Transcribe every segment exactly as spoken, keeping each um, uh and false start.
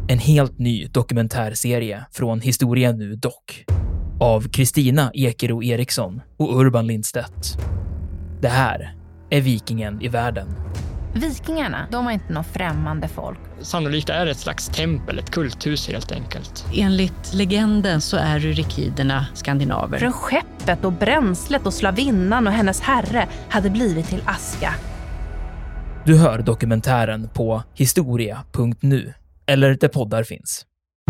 En helt ny dokumentärserie från Historia Nu Dock. Av Kristina Ekero Eriksson och Urban Lindstedt. Det här är Vikingen i världen. Vikingarna, de var inte något främmande folk. Sannolikt är det ett slags tempel, ett kulthus helt enkelt. Enligt legenden så är rykiderna skandinaver. Från skeppet och bränslet och slavinnan och hennes herre hade blivit till aska. Du hör dokumentären på historia punkt nu eller där poddar finns.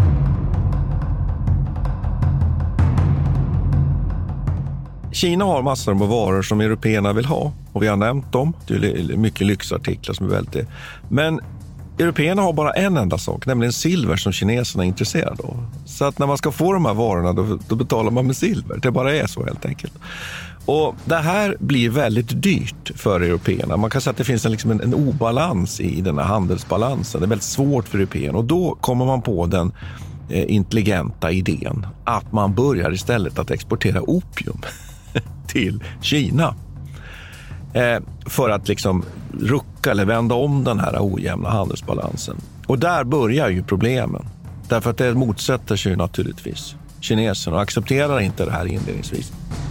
Kina har massor med varor som européerna vill ha och vi har nämnt dem. Det är mycket lyxartiklar som är väldigt... Men européerna har bara en enda sak, nämligen silver som kineserna är intresserade av. Så att när man ska få de här varorna då, då betalar man med silver. Det bara är så helt enkelt. Och det här blir väldigt dyrt för européerna. Man kan säga att det finns en, liksom en, en obalans i den här handelsbalansen. Det är väldigt svårt för européerna och då kommer man på den eh, intelligenta idén att man börjar istället att exportera opium till Kina eh, för att liksom rucka eller vända om den här ojämna handelsbalansen. Och där börjar ju problemen. Därför att det motsätter sig naturligtvis kineserna och accepterar inte det här inledningsvis.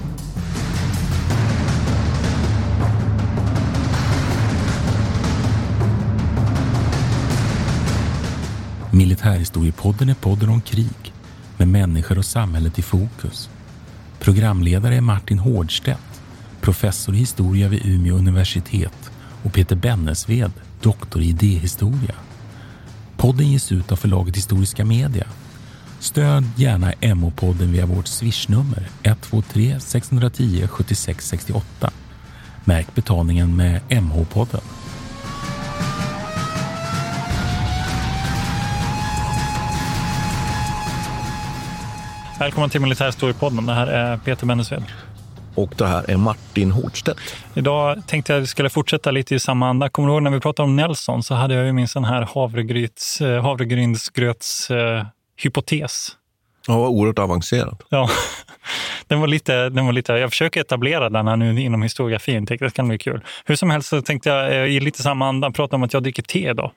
Militärhistoriepodden är podden om krig med människor och samhället i fokus. Programledare är Martin Hårdstedt, professor i historia vid Umeå universitet och Peter Bennesved, doktor i idéhistoria. Podden ges ut av förlaget Historiska Media. Stöd gärna M O-podden via vårt swishnummer ett två tre sex ett noll sju sex sex åtta. Märk betalningen med M H-podden. Välkommen till Militärhistoriepodden. Det här är Peter Bennesved. Och det här är Martin Hårdstedt. Idag tänkte jag att vi skulle fortsätta lite i samma anda. Kommer du ihåg när vi pratade om Nelson så hade jag ju min sån här havregryts, havregrynsgröts eh, hypotes. Ja, oerhört avancerad. Ja, den var, lite, den var lite... Jag försöker etablera den här nu inom historiografin. Tänkte det kan bli kul. Hur som helst så tänkte jag i lite samma anda prata om att jag dricker te idag.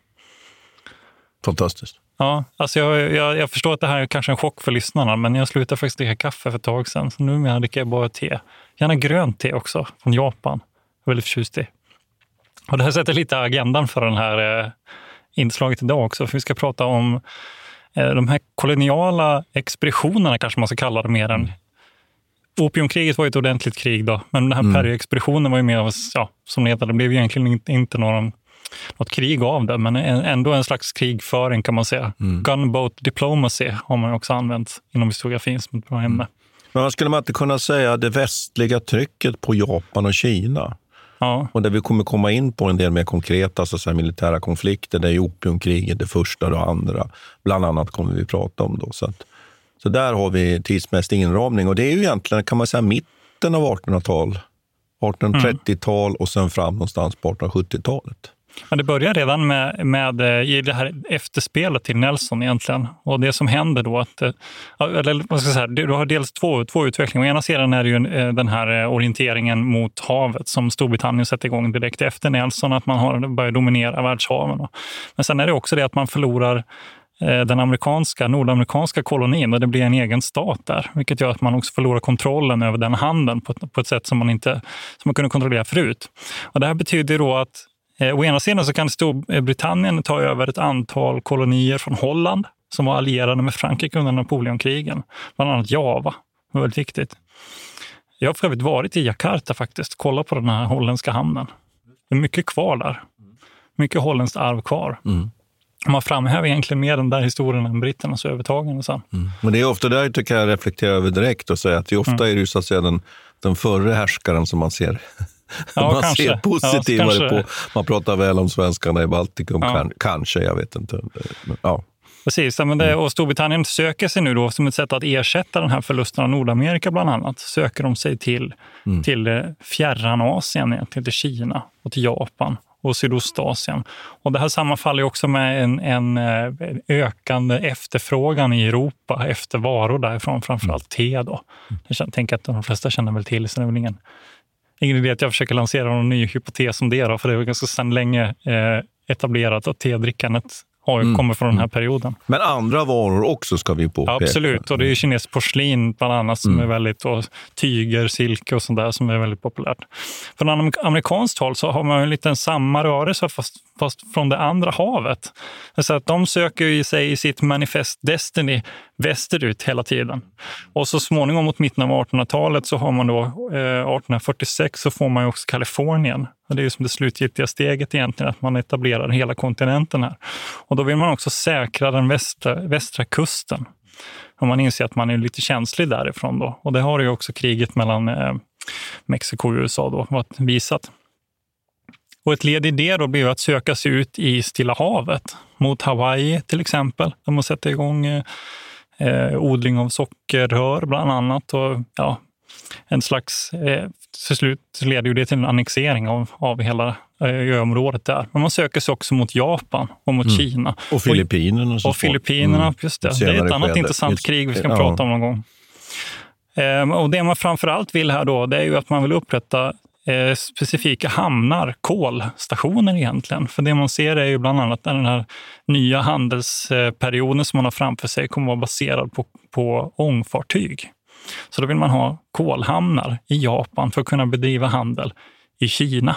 Fantastiskt. Ja, alltså jag, jag, jag förstår att det här är kanske en chock för lyssnarna, men jag slutade faktiskt dricka kaffe för ett tag sedan. Så nu dricker jag bara te. Gärna grönt te också, från Japan. Jag är väldigt förtjust i. Och det här sätter lite agendan för den här eh, inslaget idag också. För vi ska prata om eh, de här koloniala expeditionerna, kanske man ska kalla det mer än. Opiumkriget var ju ett ordentligt krig då, men den här mm. Perry-expeditionen var ju mer, ja, som det heter, det blev ju egentligen inte, inte någon... något krig av det, men ändå en slags krigföring kan man säga. Mm. Gunboat diplomacy har man också använt inom historiografin som ett bra ämne. Men vad skulle man inte kunna säga det västliga trycket på Japan och Kina? Ja. Och där vi kommer komma in på en del mer konkreta så att säga, militära konflikter. Det är opiumkriget, det första och det andra. Bland annat kommer vi prata om då. Så, att, så där har vi tidsmässig inramning. Och det är ju egentligen, kan man säga, mitten av artonhundratal. artonhundratrettiotal och sen fram någonstans på artonhundrasjuttiotalet. Ja, det börjar redan med, med i det här efterspelet till Nelson egentligen. Och det som händer då att, eller vad ska jag säga, du har dels två, två utvecklingar. Å ena sidan är det ju den här orienteringen mot havet som Storbritannien sätter igång direkt efter Nelson, att man har börjat dominera världshaven. Men sen är det också det att man förlorar den amerikanska, nordamerikanska kolonin och det blir en egen stat där. Vilket gör att man också förlorar kontrollen över den handeln på, på ett sätt som man inte som man kunde kontrollera förut. Och det här betyder då att å ena sidan så kan Storbritannien ta över ett antal kolonier från Holland som var allierade med Frankrike under Napoleonkrigen. Bland annat Java. Det var väldigt viktigt. Jag har för övrigt varit i Jakarta faktiskt. Kolla på den här holländska hamnen. Det är mycket kvar där. Mycket holländskt arv kvar. Mm. Man framhäver egentligen mer den där historien än britternas övertagande sen. Mm. Men det är ofta där jag kan reflektera över direkt och säga att det ofta mm. är det ju så att säga den, den förre härskaren som man ser... Ja, man kanske. ser positivare ja, på. Man pratar väl om svenskarna i Baltikum, ja. kan, kanske, jag vet inte. Men, ja. Precis, men det, och Storbritannien söker sig nu då som ett sätt att ersätta den här förlusten av Nordamerika bland annat. Söker de sig till, mm. till fjärran Asien, till, till Kina och till Japan och Sydostasien. Och det här sammanfaller också med en, en ökande efterfrågan i Europa efter varor därifrån, framförallt te då. Jag tänker att de flesta känner väl till, så det är väl ingen... Ingen idé att jag försöker lansera någon ny hypotes om det då, för det är ganska sedan länge eh, etablerat att tedrickandet har Mm. kommer från den här Mm. perioden. Men andra varor också ska vi påpeka. Ja, absolut, och det är ju kinesisk porslin bland annat som Mm. är väldigt, och tyger, silke och sånt där som är väldigt populärt. Från amerik- amerikanskt håll så har man ju en liten samma rörelse fast, fast från det andra havet. Så att de söker ju sig i sitt manifest Destiny västerut hela tiden. Och så småningom mot mitten av artonhundratalet så har man då eh, arton fyrtiosex så får man ju också Kalifornien. Och det är ju som det slutgiltiga steget egentligen, att man etablerar hela kontinenten här. Och då vill man också säkra den västra, västra kusten. Och man inser att man är lite känslig därifrån då. Och det har ju också kriget mellan eh, Mexiko och U S A då varit visat. Och ett led i det då blir att söka sig ut i Stilla havet mot Hawaii till exempel. Där man sätter igång eh, eh, odling av sockerrör bland annat. Och ja, en slags, eh, till slut leder ju det till en annexering av, av hela eh, öområdet där. Men man söker sig också mot Japan och mot Mm. Kina. Och Filippinerna. Och, och Filippinerna, mm. just det. Det är ett annat skede. intressant just, krig vi ska ja. prata om någon gång. Eh, och det man framförallt vill här då, det är ju att man vill upprätta eh, specifika hamnar, kolstationer egentligen. För det man ser är ju bland annat att den här nya handelsperioden som man har framför sig kommer vara baserad på, på ångfartyg. Så då vill man ha kolhamnar i Japan för att kunna bedriva handel i Kina.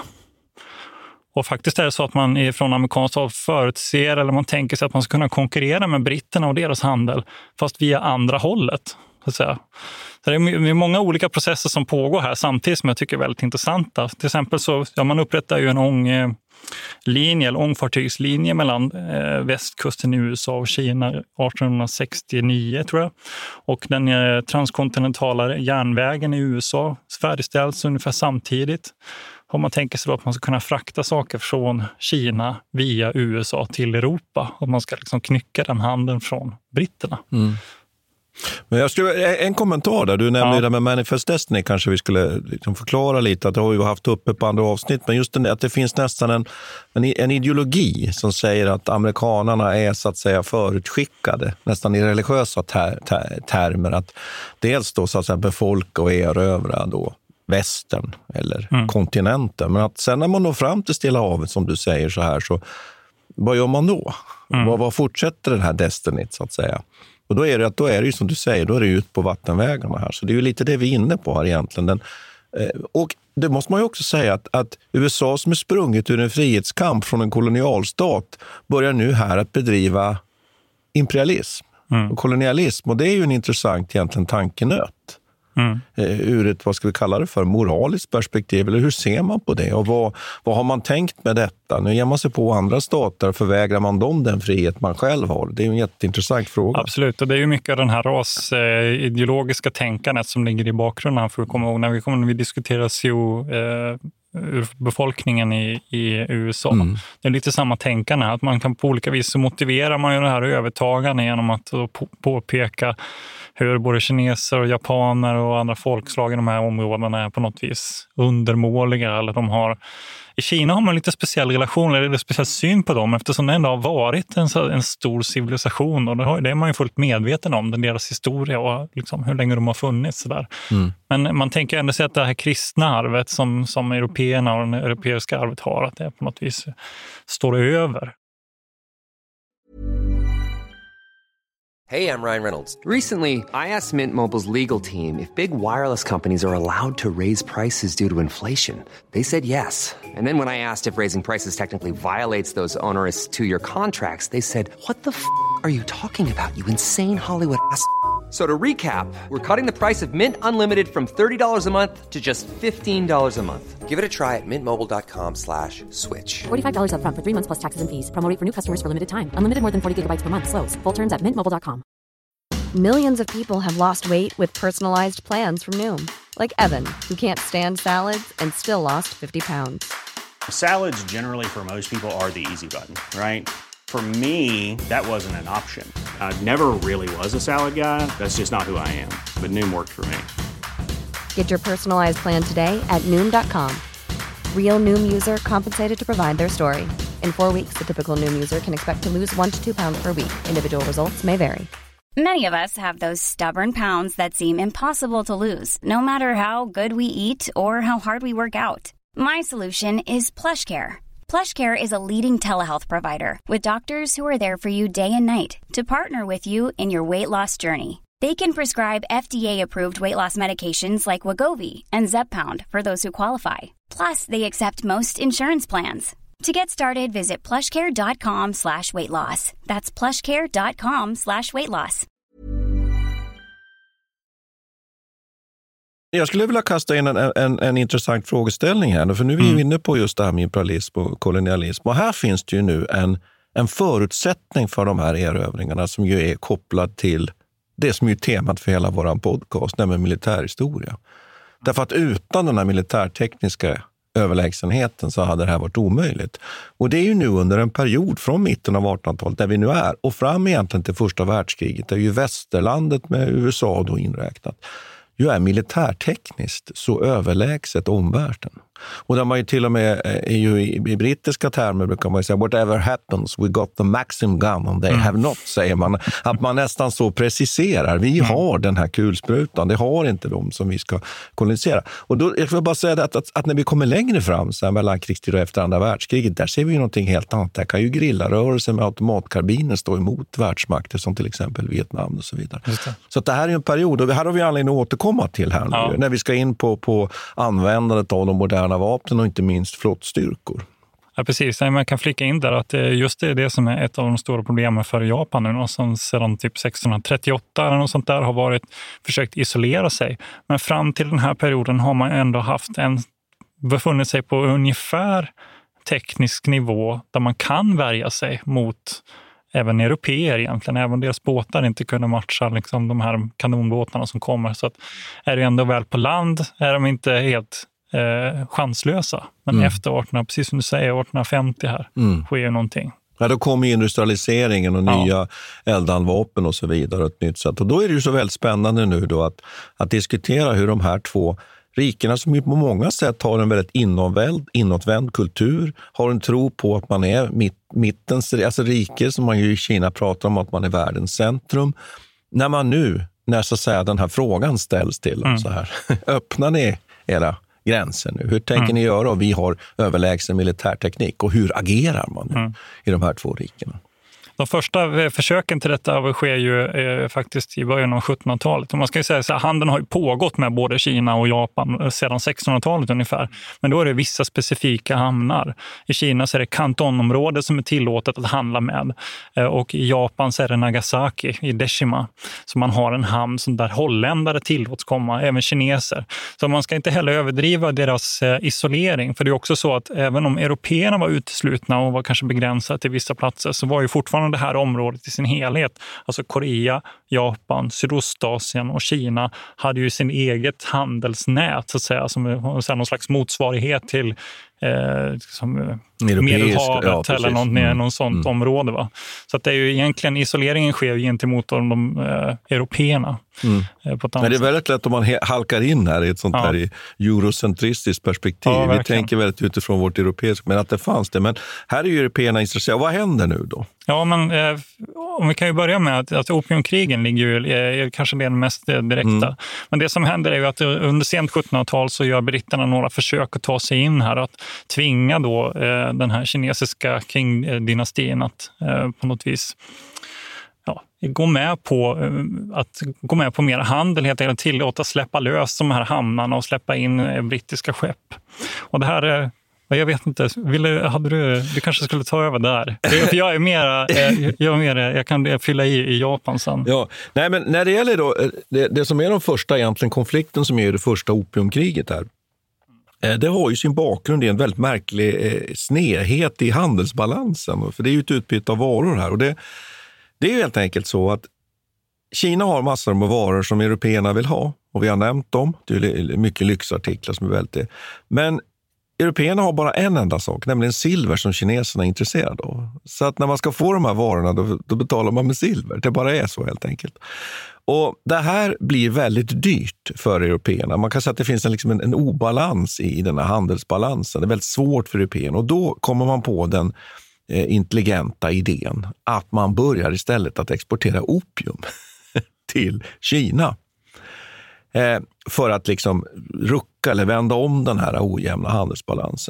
Och faktiskt är det så att man från amerikanskt håll förutser, eller man tänker sig att man ska kunna konkurrera med britterna och deras handel, fast via andra hållet. Så att säga. Så det är många olika processer som pågår här samtidigt som jag tycker är väldigt intressanta. Till exempel så ja, man upprättar ju en ånglinje, eller ångfartygslinje mellan eh, västkusten i U S A och Kina arton sextionio tror jag. Och den eh, transkontinentala järnvägen i U S A färdigställs ungefär samtidigt. Om man tänker sig då att man ska kunna frakta saker från Kina via U S A till Europa. Och man ska liksom knycka den handeln från britterna. Mm. Men jag skulle, en kommentar där, du nämnde ja. det med Manifest Destiny, kanske vi skulle liksom förklara lite, att det har vi haft uppe på andra avsnitt, men just det, att det finns nästan en, en, en ideologi som säger att amerikanerna är så att säga förutskickade, nästan i religiösa ter, ter, termer, att dels då så att säga befolka och erövra då västern eller mm. kontinenten, men att sen när man når fram till Stilla havet som du säger så här, så vad gör man då? Mm. Vad, vad fortsätter den här Destiny så att säga? Och då är det att då är det ju som du säger, då är det ut på vattenvägarna här. Så det är ju lite det vi är inne på här egentligen. Den, eh, och det måste man ju också säga att, att U S A som är sprunget ur en frihetskamp från en kolonialstat börjar nu här att bedriva imperialism mm. och kolonialism. Och det är ju en intressant egentligen tankenöt. Mm. Eh, ur ett, vad ska vi kalla det för, moraliskt perspektiv, eller hur ser man på det och vad, vad har man tänkt med detta? Nu ger man sig på andra stater, förvägrar man dem den frihet man själv har? Det är ju en jätteintressant fråga. Absolut, och det är ju mycket av den här rasideologiska tänkandet som ligger i bakgrunden, för att komma ihåg när vi, kommer, när vi diskuterar C O eh, ur befolkningen i, i U S A. Mm. Det är lite samma tänkande, att man kan på olika vis så motiverar man ju det här övertagande genom att på, påpeka hur både kineser och japaner och andra folkslag i de här områdena är på något vis undermåliga, eller de har i Kina har man lite speciell relation eller speciell syn på dem, eftersom det ändå har varit en, en stor civilisation, och det, har, det är man ju fullt medveten om, den deras historia och liksom hur länge de har funnits så där. Mm. Men man tänker ändå sig att det här kristna arvet som, som européerna och det europeiska arvet har, att det på något vis står över. Hey, I'm Ryan Reynolds. Recently, I asked Mint Mobile's legal team if big wireless companies are allowed to raise prices due to inflation. They said yes. And then when I asked if raising prices technically violates those onerous two-year contracts, they said, what the f*** are you talking about, you insane Hollywood ass f- So to recap, we're cutting the price of Mint Unlimited from thirty dollars a month to just fifteen dollars a month. Give it a try at mintmobile.com slash switch. forty-five dollars up front for three months plus taxes and fees. Promo rate for new customers for limited time. Unlimited more than forty gigabytes per month. Slows full terms at mint mobile dot com. Millions of people have lost weight with personalized plans from Noom. Like Evan, who can't stand salads and still lost fifty pounds. Salads generally for most people are the easy button, right? For me, that wasn't an option. I never really was a salad guy. That's just not who I am. But Noom worked for me. Get your personalized plan today at noom dot com. Real Noom user compensated to provide their story. In four weeks, the typical Noom user can expect to lose one to two pounds per week. Individual results may vary. Many of us have those stubborn pounds that seem impossible to lose, no matter how good we eat or how hard we work out. My solution is PlushCare. PlushCare is a leading telehealth provider with doctors who are there for you day and night to partner with you in your weight loss journey. They can prescribe F D A-approved weight loss medications like Wegovy and Zepbound for those who qualify. Plus, they accept most insurance plans. To get started, visit plushcare.com slash weight loss. That's plushcare.com slash weight loss. Jag skulle vilja kasta in en, en, en intressant frågeställning här. För nu är vi mm. inne på just det här med imperialism och kolonialism. Och här finns det ju nu en, en förutsättning för de här erövringarna som ju är kopplad till det som är temat för hela vår podcast, nämligen militärhistoria. Därför att utan den här militärtekniska överlägsenheten så hade det här varit omöjligt. Och det är ju nu under en period från mitten av artonhundratalet där vi nu är och fram egentligen till första världskriget där ju västerlandet med U S A då inräknat ju är militärtekniskt så överlägset omvärlden. Och där man ju till och med är ju i, i brittiska termer brukar man ju säga whatever happens, we got the Maxim gun and they mm. have not, säger man. Att man nästan så preciserar. Vi mm. har den här kulsprutan, det har inte de som vi ska kolonisera. Och då jag vill bara säga att, att, att när vi kommer längre fram så här, mellan krigstid och efter andra världskriget, där ser vi ju någonting helt annat. Där kan ju grillarrörelser med automatkarbiner stå emot världsmakter som till exempel Vietnam och så vidare. Så att det här är en period och det här har vi anledning att återkomma till här nu, ja. När vi ska in på, på användandet av de moderna vapen och inte minst flottstyrkor. Ja, precis. Man kan flika in där att just det är det som är ett av de stora problemen för Japan nu, som sedan typ sextonhundratrettioåtta eller något sånt där har varit försökt isolera sig. Men fram till den här perioden har man ändå haft en befunnit sig på ungefär teknisk nivå där man kan värja sig mot även européer egentligen, även deras båtar inte kunde matcha liksom de här kanonbåtarna som kommer. Så att är det ändå väl på land är de inte helt eh, chanslösa. Men mm. efter arton, precis som du säger, arton femtio här mm. sker ju någonting. Ja, då kommer industrialiseringen och nya ja. eldhandvapen och så vidare. Ett nytt sätt. Och då är det ju så väldigt spännande nu då att, att diskutera hur de här två rikena som ju på många sätt har en väldigt inåtvänd, inåtvänd kultur, har en tro på att man är mitt, mittens, alltså rike som man ju i Kina pratar om att man är världens centrum. När man nu, när så att säga den här frågan ställs till dem mm. så här, öppnar ni era gränser nu? Hur tänker mm. ni göra? Och vi har överlägsen militärteknik och hur agerar man nu mm. i de här två rikena? De första försöken till detta sker ju eh, faktiskt i början av sjuttonhundratalet. Och man ska ju säga att handeln har ju pågått med både Kina och Japan sedan sextonhundratalet ungefär. Men då är det vissa specifika hamnar. I Kina så är det kantonområdet som är tillåtet att handla med. Eh, och i Japan så är det Nagasaki i Deshima. Så man har en hamn som där holländare tillåts komma, även kineser. Så man ska inte heller överdriva deras eh, isolering. För det är också så att även om européerna var uteslutna och var kanske begränsade till vissa platser så var ju fortfarande det här området i sin helhet, alltså Korea, Japan, Sydostasien och Kina hade ju sin eget handelsnät så att säga, som någon slags motsvarighet till eh, som Medelhavet ja, eller någon, mm. någon sånt mm. område. Va? Så att det är ju egentligen, isoleringen sker gentemot de, de eh, européerna. Mm. Eh, på ett Men det är väldigt lätt om man he- halkar in här i ett sånt ja. här eurocentristiskt perspektiv. Ja, vi tänker väldigt utifrån vårt europeiska, men att det fanns det. Men här är ju européerna intresserade. Vad händer nu då? Ja, men eh, om vi kan ju börja med att, att opiumkrigen ligger ju, är kanske det mest direkta. Mm. Men det som händer är ju att under sent sjuttonhundratal så gör britterna några försök att ta sig in här, att tvinga då eh, den här kinesiska Qing-dynastin att eh, på något vis ja, gå med på eh, att gå med på mer handel, helt enkelt tillåta släppa lös de här hamnarna och släppa in eh, brittiska skepp. Och det här är eh, jag vet inte, ville, hade du, du kanske skulle ta över där. För jag är mera, jag, är mera, jag kan fylla i i Japan sen. Ja, nej men när det gäller då, det, det som är de första egentligen konflikten som är det första opiumkriget här, det har ju sin bakgrund i en väldigt märklig eh, snedhet i handelsbalansen. För det är ju ett utbyte av varor här. Och det, det är ju helt enkelt så att Kina har massor med varor som européerna vill ha. Och vi har nämnt dem. Det är mycket lyxartiklar som är väldigt... Men européerna har bara en enda sak, nämligen silver som kineserna är intresserade av. Så att när man ska få de här varorna då, då betalar man med silver. Det bara är så helt enkelt. Och det här blir väldigt dyrt för européerna. Man kan säga att det finns en, liksom en, en obalans i, i den här handelsbalansen. Det är väldigt svårt för européerna. Och då kommer man på den eh, intelligenta idén att man börjar istället att exportera opium till Kina. Eh, för att liksom rucka eller vända om den här ojämna handelsbalansen.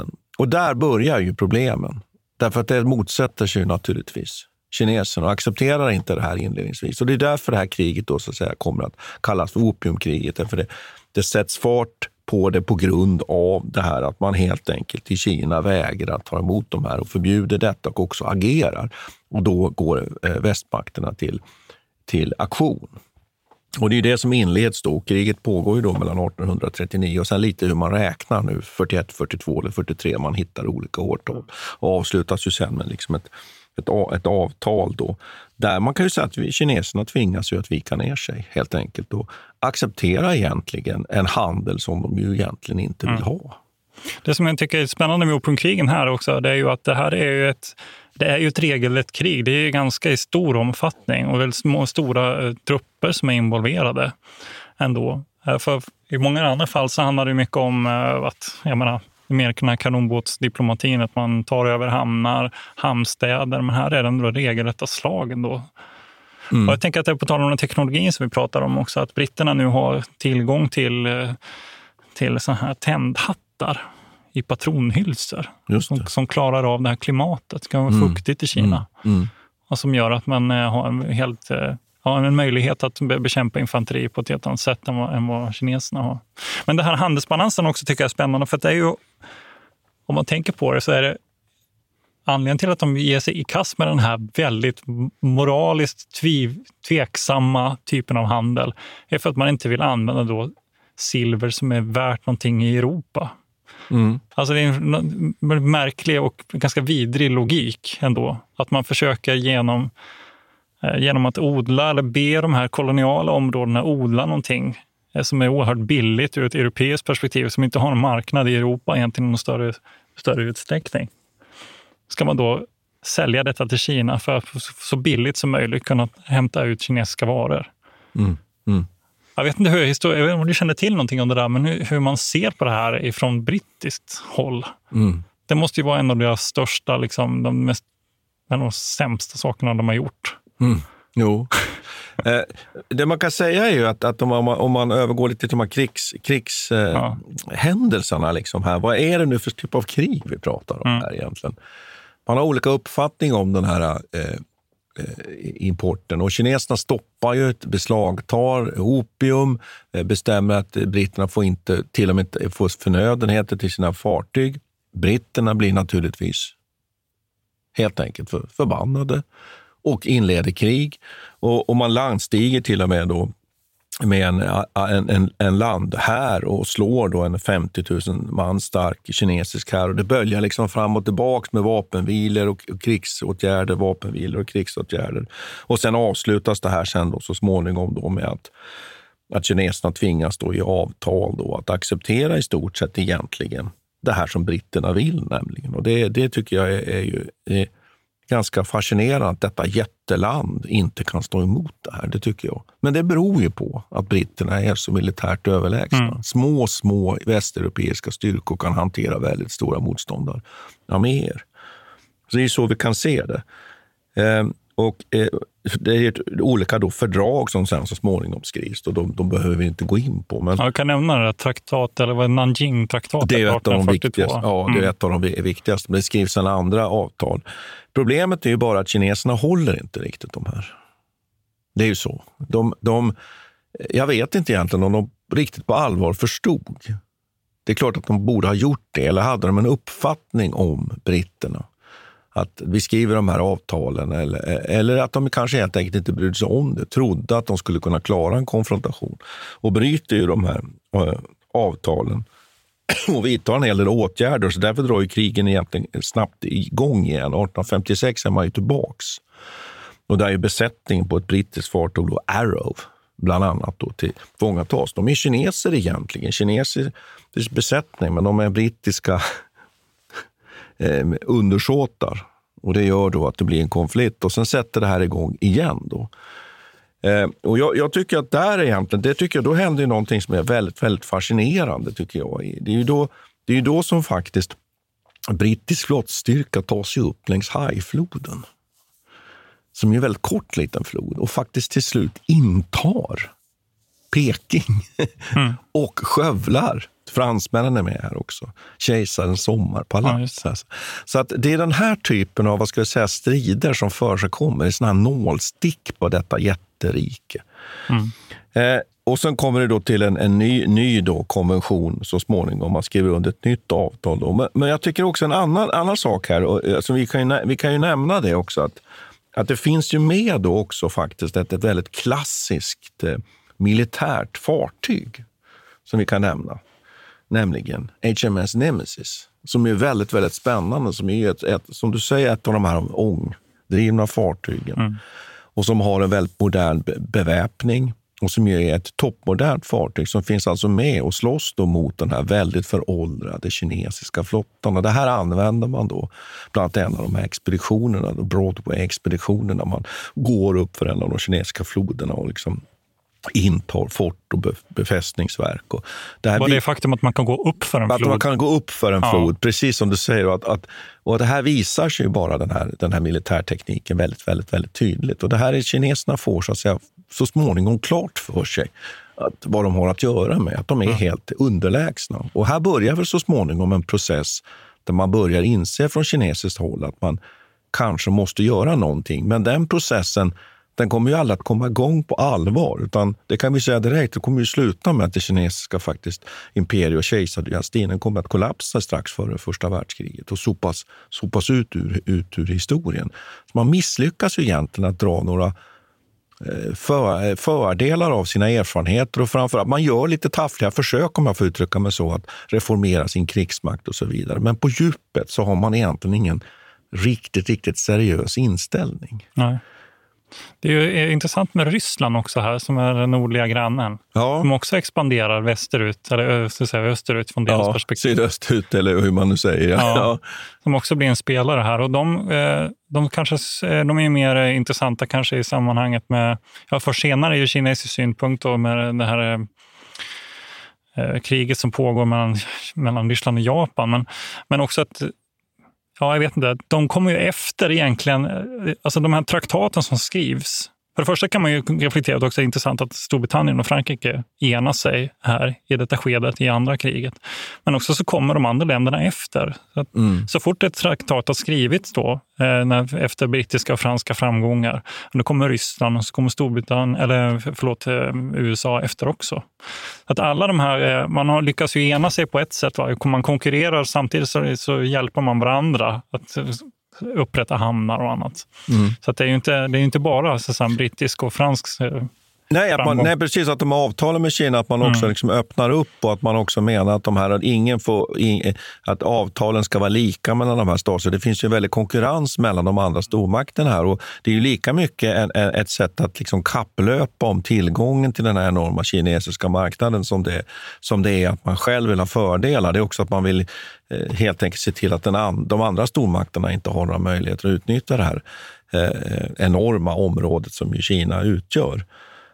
Och där börjar ju problemen. Därför att det motsätter sig naturligtvis kineserna och accepterar inte det här inledningsvis. Och det är därför det här kriget då så att säga kommer att kallas för opiumkriget. Därför det, det sätts fart på det på grund av det här att man helt enkelt i Kina vägrar att ta emot de här och förbjuder detta och också agerar. Och då går eh, västmakterna till, till aktion. Och det är det som inleds då. Kriget pågår ju då mellan arton trettionio och sen lite hur man räknar nu, fyrtioett, fyrtiotvå eller fyrtiotre, man hittar olika årtal. Och avslutas ju sen med liksom ett, ett, ett avtal då. Där man kan ju säga att vi, kineserna tvingas ju att vika ner sig helt enkelt och acceptera egentligen en handel som de ju egentligen inte vill ha. Det som jag tycker är spännande med opiumkrigen här också, det är ju att det här är ju ett, det är ju ett regelrätt krig. Det är ju ganska i stor omfattning och väldigt små, stora eh, trupper som är involverade ändå. Eh, för i många andra fall så handlar det mycket om eh, att, jag menar, mer den här kanonbåtsdiplomatin, att man tar över hamnar, hamnstäder, men här är det ändå regelrätta slag ändå. Mm. Och jag tänker att det är på tal om den teknologin som vi pratar om också, att britterna nu har tillgång till, till såna här tändhattar i patronhylsor som, som klarar av det här klimatet. Det kan vara mm. fuktigt i Kina. Mm. Mm. Och som gör att man har en, helt, har en möjlighet att bekämpa infanteri på ett helt annat sätt än vad, än vad kineserna har. Men det här handelsbalansen också tycker jag är spännande, för att det är ju, om man tänker på det så är det anledningen till att de ger sig i kast med den här väldigt moraliskt tviv, tveksamma typen av handel är för att man inte vill använda då silver som är värt någonting i Europa. Mm. Alltså det är en märklig och ganska vidrig logik ändå. Att man försöker genom, genom att odla eller be de här koloniala områdena odla någonting som är oerhört billigt ur ett europeiskt perspektiv, som inte har en marknad i Europa egentligen i någon större, större utsträckning. Ska man då sälja detta till Kina för att så billigt som möjligt kunna hämta ut kinesiska varor. Mm. Mm. Jag vet inte hur historia, jag vet inte om du känner till någonting om det där, men hur, hur man ser på det här ifrån brittiskt håll. Mm. Det måste ju vara en av deras största, liksom, de mest, en av de sämsta sakerna de har gjort. Mm. Jo. eh, det man kan säga är ju att, att om, man, om man övergår lite till de här krigs, krigshändelserna, eh, ja. liksom här, vad är det nu för typ av krig vi pratar om mm. här egentligen? Man har olika uppfattning om den här eh, importen, och kineserna stoppar ju ett beslagtar opium, bestämmer att britterna får inte till och med inte få förnödenheter till sina fartyg. Britterna blir naturligtvis helt enkelt för, förbannade och inleder krig, och, och man landstiger till och med då med en, en, en, en land här och slår då en femtio tusen man stark kinesisk här, och det böljar liksom fram och tillbaka med vapenvilor och, och krigsåtgärder, vapenvilor och krigsåtgärder. Och sen avslutas det här sen då så småningom då med att, att kineserna tvingas då i avtal då att acceptera i stort sett egentligen det här som britterna vill nämligen. Och det, det tycker jag är, är ju är ganska fascinerande att detta jätteland inte kan stå emot det här, det tycker jag. Men det beror ju på att britterna är så militärt överlägsna. Mm. Små, små västeuropeiska styrkor kan hantera väldigt stora motståndararméer. Så det är så vi kan se det. Eh, och eh, det är ett, olika då fördrag som sen så småningom skrivs, och de, de behöver vi inte gå in på. Men... Ja, jag kan nämna det, traktat, eller vad Nanjing-traktatet. Det är ett av de viktigaste. Ja, det är ett av de viktigaste. Men det skrivs en andra avtal. Problemet är ju bara att kineserna håller inte riktigt de här. Det är ju så. De, de, jag vet inte egentligen om de riktigt på allvar förstod. Det är klart att de borde ha gjort det, eller hade de en uppfattning om britterna. Att vi skriver de här avtalen, eller, eller att de kanske helt enkelt inte brydde sig om det. Trodde att de skulle kunna klara en konfrontation. Och bryter ju de här äh, avtalen och vidtar en hel del åtgärder. Så därför drar ju krigen egentligen snabbt igång igen. arton femtiosex är man ju tillbaks. Och där är ju besättningen på ett brittiskt fartyg då, Arrow, bland annat då, till fångatas. De är kineser egentligen. Kinesisk besättning, men de är brittiska eh, undersåtar. Och det gör då att det blir en konflikt. Och sen sätter det här igång igen då. Eh, och jag, jag tycker att där egentligen, det tycker jag, då händer ju någonting som är väldigt, väldigt fascinerande tycker jag. Det är ju då, det är ju då som faktiskt brittisk flottstyrka tar sig upp längs Haifloden. Som är en väldigt kort liten flod, och faktiskt till slut intar Peking mm. och skövlar Fransmännen är med här också. Kejsarens sommarpalats. Ja, så att det är den här typen av, vad ska jag säga, strider som för sig kommer i såna här nålstick på detta jätterike. Mm. Eh, och sen kommer det då till en, en ny, ny då konvention så småningom. Man skriver under ett nytt avtal då. Men, men jag tycker också en annan, annan sak här, och, alltså vi, kan ju, vi kan ju nämna det också, att, att det finns ju med då också faktiskt ett, ett väldigt klassiskt eh, militärt fartyg som vi kan nämna. Nämligen H M S Nemesis, som är väldigt, väldigt spännande, som är ett, ett, som du säger, ett av de här ångdrivna fartygen. Mm. Och som har en väldigt modern be- beväpning och som är ett toppmodernt fartyg som finns alltså med och slåss då mot den här väldigt föråldrade kinesiska flottan. Och det här använder man då bland annat en av de här expeditionerna, då Broadway-expeditionerna. Man går upp för en av de kinesiska floderna och liksom intar fort och befästningsverk. Och det här Var det faktum att man kan gå upp för en att flod? Man kan gå upp för en ja. flod, precis som du säger. Att, att, och det här visar sig ju bara den här, den här militärtekniken väldigt, väldigt, väldigt tydligt. Och det här är kineserna får så att säga så småningom klart för sig att vad de har att göra med, att de är mm. helt underlägsna. Och här börjar väl så småningom en process där man börjar inse från kinesiskt håll att man kanske måste göra någonting. Men den processen, den kommer ju aldrig att komma igång på allvar, utan det kan vi säga direkt, det kommer ju sluta med att det kinesiska faktiskt imperie- och kejsardynastin kommer att kollapsa strax före första världskriget och sopas, sopas ut, ur, ut ur historien. Så man misslyckas ju egentligen att dra några för, fördelar av sina erfarenheter och framförallt man gör lite taffliga försök, om jag får uttrycka mig så, att reformera sin krigsmakt och så vidare. Men på djupet så har man egentligen ingen riktigt, riktigt seriös inställning. Nej. Det är ju intressant med Ryssland också här, som är den nordliga grannen. Ja. Som också expanderar västerut, eller så säga, österut från deras ja, perspektiv. sydöstut eller hur man nu säger. Ja. Ja, som också blir en spelare här. Och de, de, kanske, de är mer intressanta kanske i sammanhanget med, ja, för senare är ju kinesisk synpunkt då med det här eh, kriget som pågår mellan, mellan Ryssland och Japan. Men, men också att ja, jag vet inte. De kommer ju efter egentligen, alltså de här traktaten som skrivs. För det första kan man ju reflektera, det är också intressant att Storbritannien och Frankrike enar sig här i detta skedet i andra kriget. Men också så kommer de andra länderna efter. Så, att, mm. så fort ett traktat har skrivits då, eh, när, efter brittiska och franska framgångar, då kommer Ryssland och så kommer Storbritannien, eller förlåt, eh, U S A efter också. Så att alla de här, eh, man har lyckats ju ena sig på ett sätt. Va? Man konkurrerar samtidigt så, så hjälper man varandra att upprätta hamnar och annat. Mm. Så att det är ju inte, det är inte bara så att brittisk och fransk nej, att man, nej, precis, att de avtalar med Kina, att man mm. också liksom öppnar upp och att man också menar att de här, att ingen får, att avtalen ska vara lika mellan de här staterna. Det finns ju en väldig konkurrens mellan de andra stormakterna här och det är ju lika mycket en, en, ett sätt att liksom kapplöpa om tillgången till den här enorma kinesiska marknaden som det, som det är att man själv vill ha fördelar. Det är också att man vill eh, helt enkelt se till att den an, de andra stormakterna inte har några möjligheter att utnyttja det här eh, enorma området som ju Kina utgör.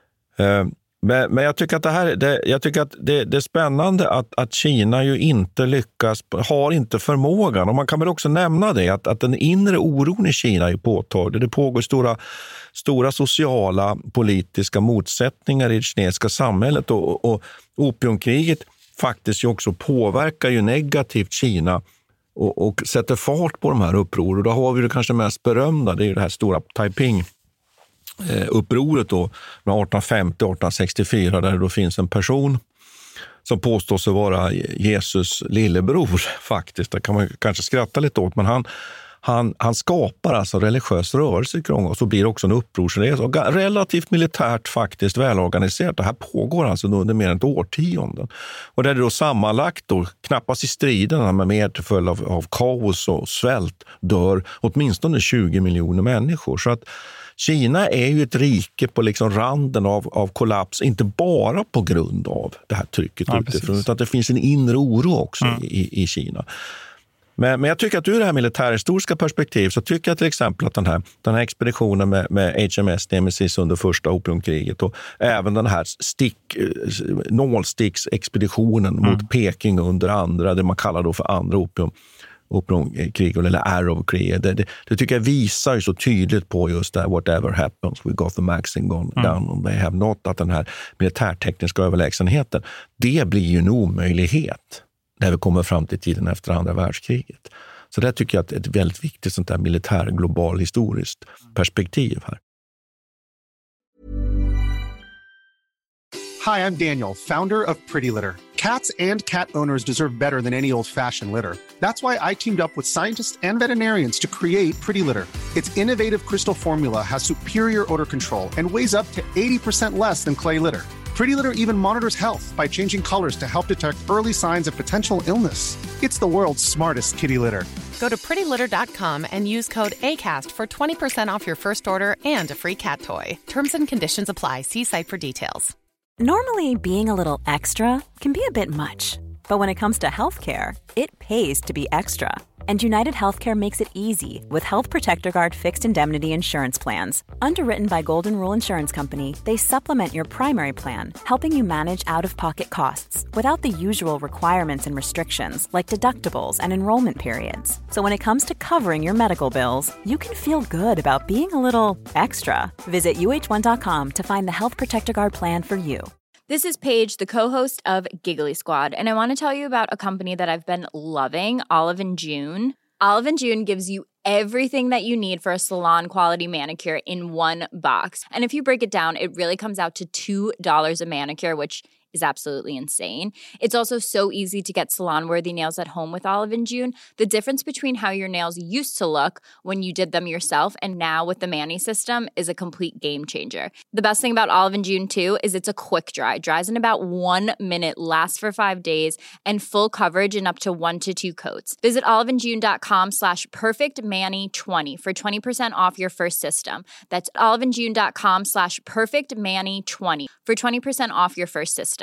Men, men jag tycker att det här det, jag tycker att det, det är spännande att, att Kina ju inte lyckas, har inte förmågan. Och man kan väl också nämna det att, att den inre oron i Kina är påtaglig. Det pågår stora, stora sociala politiska motsättningar i det kinesiska samhället och, och opiumkriget faktiskt ju också påverkar ju negativt Kina och, och sätter fart på de här upproren. Och då har vi det kanske mest berömda, det är det här stora Taiping upproret då med arton femtio till arton sextiofyra där det då finns en person som påstår sig vara Jesus lillebror faktiskt. Det kan man kanske skratta lite åt, men han, han, han skapar alltså religiös rörelse kring och så blir det också en upprorsresa och relativt militärt faktiskt välorganiserat. Det här pågår alltså under mer än ett årtionde. Och där det då sammanlagt då knappast i striderna med mer till följd av, av kaos och svält dör åtminstone tjugo miljoner människor. Så att Kina är ju ett rike på liksom randen av, av kollaps, inte bara på grund av det här trycket ja, utifrån, precis. Utan att det finns en inre oro också mm. i, i Kina. Men, men jag tycker att ur det här militärhistoriska perspektiv så tycker jag till exempel att den här, den här expeditionen med, med H M S Nemesis under första opiumkriget och även den här stick, nålsticksexpeditionen mm. mot Peking under andra, det man kallar då för andra opium. opiumkrig eller Arrow-krig. Det, det, det tycker jag visar så tydligt på just det här, whatever happens, we got the maxing gone mm. down and they have not, att den här militärtekniska överlägsenheten, det blir ju en omöjlighet när vi kommer fram till tiden efter andra världskriget. Så det tycker jag att ett väldigt viktigt sånt där militär global historiskt perspektiv här. Hi, I'm Daniel, founder of Pretty Litter. Cats and cat owners deserve better than any old-fashioned litter. That's why I teamed up with scientists and veterinarians to create Pretty Litter. Its innovative crystal formula has superior odor control and weighs up to eighty percent less than clay litter. Pretty Litter even monitors health by changing colors to help detect early signs of potential illness. It's the world's smartest kitty litter. Go to pretty litter dot com and use code ACAST for twenty percent off your first order and a free cat toy. Terms and conditions apply. See site for details. Normally, being a little extra can be a bit much, but when it comes to healthcare, it pays to be extra. And United Healthcare makes it easy with Health Protector Guard fixed indemnity insurance plans. Underwritten by Golden Rule Insurance Company, they supplement your primary plan, helping you manage out-of-pocket costs without the usual requirements and restrictions like deductibles and enrollment periods. So when it comes to covering your medical bills, you can feel good about being a little extra. Visit U H one dot com to find the Health Protector Guard plan for you. This is Paige, the co-host of Giggly Squad, and I want to tell you about a company that I've been loving, Olive and June. Olive and June gives you everything that you need for a salon-quality manicure in one box. And if you break it down, it really comes out to two dollars a manicure, which is absolutely insane. It's also so easy to get salon-worthy nails at home with Olive and June. The difference between how your nails used to look when you did them yourself and now with the Mani system is a complete game changer. The best thing about Olive and June, too, is it's a quick dry. Dries in about one minute, lasts for five days, and full coverage in up to one to two coats. Visit oliveandjune.com slash perfectmani20 for twenty percent off your first system. That's oliveandjune.com slash perfectmani20 for twenty percent off your first system.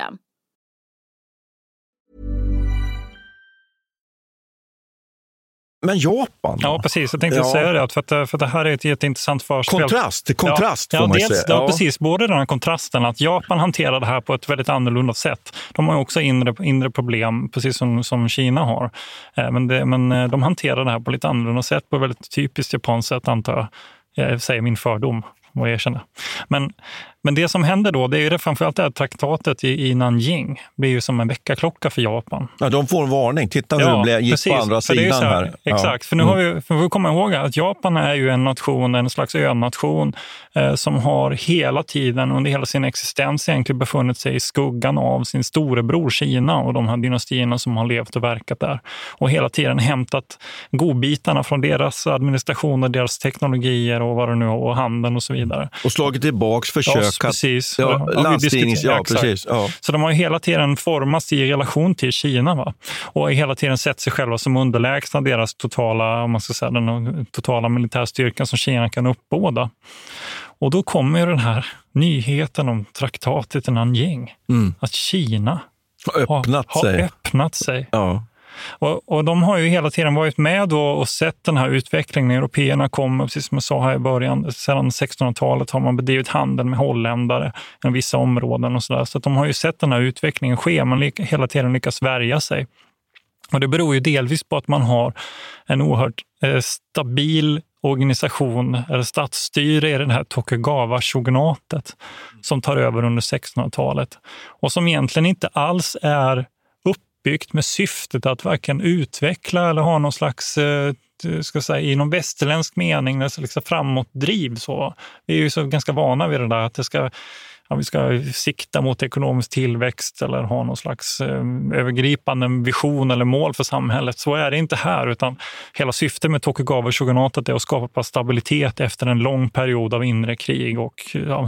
Men Japan? Ja, precis. Jag tänkte ja. säga det, för att, för att det här är ett jätteintressant förspel. Kontrast, kontrast ja, får ja, man dels, säga. Ja, ja, precis. Både den här kontrasten, att Japan hanterar det här på ett väldigt annorlunda sätt. De har ju också inre, inre problem, precis som, som Kina har. Men, det, men de hanterar det här på lite annorlunda sätt, på ett väldigt typiskt japanskt sätt, antar jag. Jag säger min fördom. Och erkänna. Men, men det som händer då, det är ju det, framförallt det här traktatet i, i Nanjing. Det blir ju som en väckarklocka för Japan. Ja, de får en varning. Titta hur ja, det gick precis, på andra sidan här. här. Exakt, ja. för nu har vi, för vi kommer ihåg att Japan är ju en nation, en slags önation eh, som har hela tiden, under hela sin existens egentligen befunnit sig i skuggan av sin storebror Kina och de här dynastierna som har levt och verkat där. Och hela tiden hämtat godbitarna från deras administration och deras teknologier och vad det nu och handeln och så vidare. Och slagit tillbaks försök ja, att... Precis. Ja, landstings, ja, precis. Ja. Så de har ju hela tiden formats i relation till Kina, va? Och har hela tiden sett sig själva som underlägsna deras totala, om man ska säga, den totala militärstyrkan som Kina kan uppbåda. Och då kommer ju den här nyheten om traktatet i Nanjing. Mm. Att Kina har öppnat har, sig. Har öppnat sig. Ja. Och, och de har ju hela tiden varit med då och sett den här utvecklingen. Européerna kom, precis som jag sa här i början, sedan sextonhundratalet har man bedrivit handel med holländare i vissa områden och sådär. Så att de har ju sett den här utvecklingen ske, men li- hela tiden lyckas värja sig. Och det beror ju delvis på att man har en oerhört eh, stabil organisation eller statsstyre i den här Tokugawa-shogunatet som tar över under sextonhundratalet. Och som egentligen inte alls är byggt med syftet att varken utveckla eller ha någon slags, eh, ska säga, i någon västerländsk mening, alltså liksom framåtdriv. Så. Vi är ju så ganska vana vid det där att det ska, ja, vi ska sikta mot ekonomisk tillväxt eller ha någon slags eh, övergripande vision eller mål för samhället. Så är det inte här, utan hela syftet med Tokugawa-shogunatet är att skapa stabilitet efter en lång period av inre krig och, ja,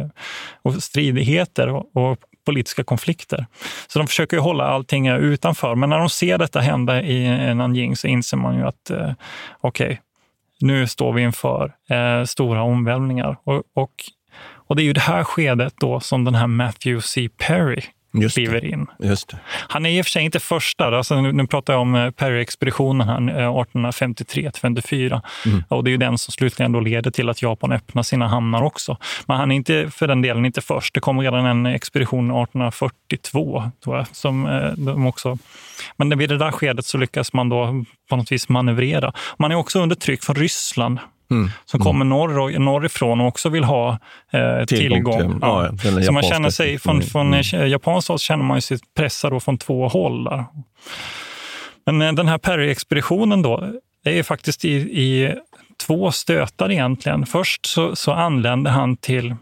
och stridigheter och, och politiska konflikter. Så de försöker ju hålla allting utanför. Men när de ser detta hända i Nanjing så inser man ju att eh, okej, okay, nu står vi inför eh, stora omvälvningar. Och, och, och det är ju det här skedet då som den här Matthew C. Perry Just kliver in. Just det. Han är i och för sig inte första. Alltså, nu, nu pratar jag om Perry-expeditionen här, arton femtiotre till femtiofyra. Mm. Och det är ju den som slutligen då leder till att Japan öppnar sina hamnar också. Men han är inte för den delen inte först. Det kom redan en expedition arton fyrtiotvå, tror jag, som de också... Men vid det där skedet så lyckas man då på något vis manövrera. Man är också under tryck från Ryssland. Mm. Som kommer norr, norrifrån och också vill ha eh, tillgång. Till, ja. Ja, så man känner sig, från, från mm. japanskt håll känner man sig pressad från två håll där. Men eh, den här Perry-expeditionen då, det är faktiskt i, i två stötar egentligen. Först så, så anlände han till,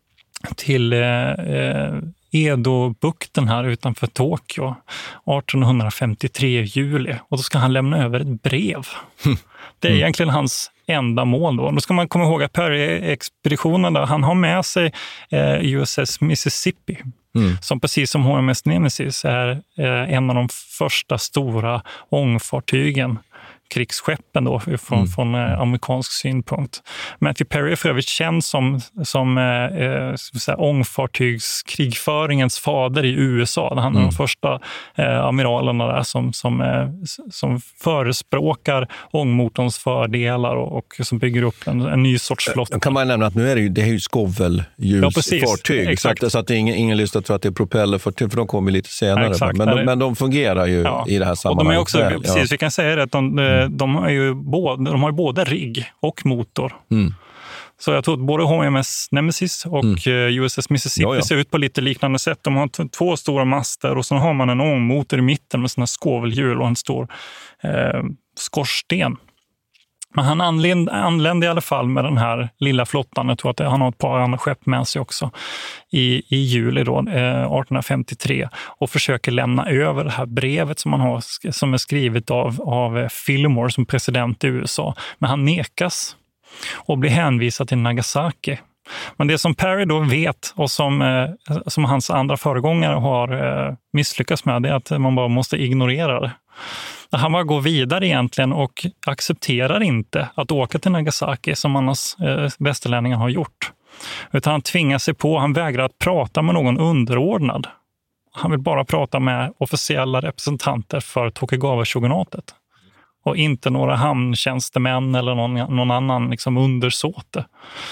till eh, Edo-bukten här utanför Tokyo arton femtiotre i juli. Och då ska han lämna över ett brev. Mm. Det är egentligen hans enda mål då. Då ska man komma ihåg att Perry-expeditionen där, han har med sig eh, U S S Mississippi. Mm. Som precis som H M S Nemesis är eh, en av de första stora ångfartygen, krigsskeppen då från, mm. från eh, amerikansk synpunkt. Matthew Perry är för övrigt känd som, som eh, säga, ångfartygskrigföringens fader i U S A. Han är mm. de första eh, amiralerna där som, som, eh, som förespråkar ångmotorns fördelar och, och som bygger upp en, en ny sorts flotta. Jag kan man nämna att nu är det ju, det är ju skovelljusfartyg, ja, så, så att det är ingen, ingen lyssnar tror att det är propellerfartyg, för de kommer lite senare. Ja, men, de, men de fungerar ju ja. i det här sammanhanget. Och de är också, väl, precis, ja. vi kan säga det att de De har ju både, de har ju både rigg och motor. Mm. Så jag tror att både H M S Nemesis och mm. U S S Mississippi ja, ja. ser ut på lite liknande sätt. De har t- två stora master och så har man en ångmotor i mitten med såna skovelhjul och en stor eh, skorsten. Men han anlände, anlände i alla fall med den här lilla flottan. Jag tror att han har ett par andra skepp med sig också i, i juli då, eh, arton femtiotre och försöker lämna över det här brevet som han har, som är skrivet av, av Fillmore som president i U S A. Men han nekas och blir hänvisad till Nagasaki. Men det som Perry då vet och som, eh, som hans andra föregångare har eh, misslyckats med, det är att man bara måste ignorera det. Han bara går vidare egentligen och accepterar inte att åka till Nagasaki som annars eh, västerlänningar har gjort. Utan han tvingar sig på, han vägrar att prata med någon underordnad. Han vill bara prata med officiella representanter för Tokugawa-shogunatet. Och inte några hamntjänstemän eller någon, någon annan liksom undersåte.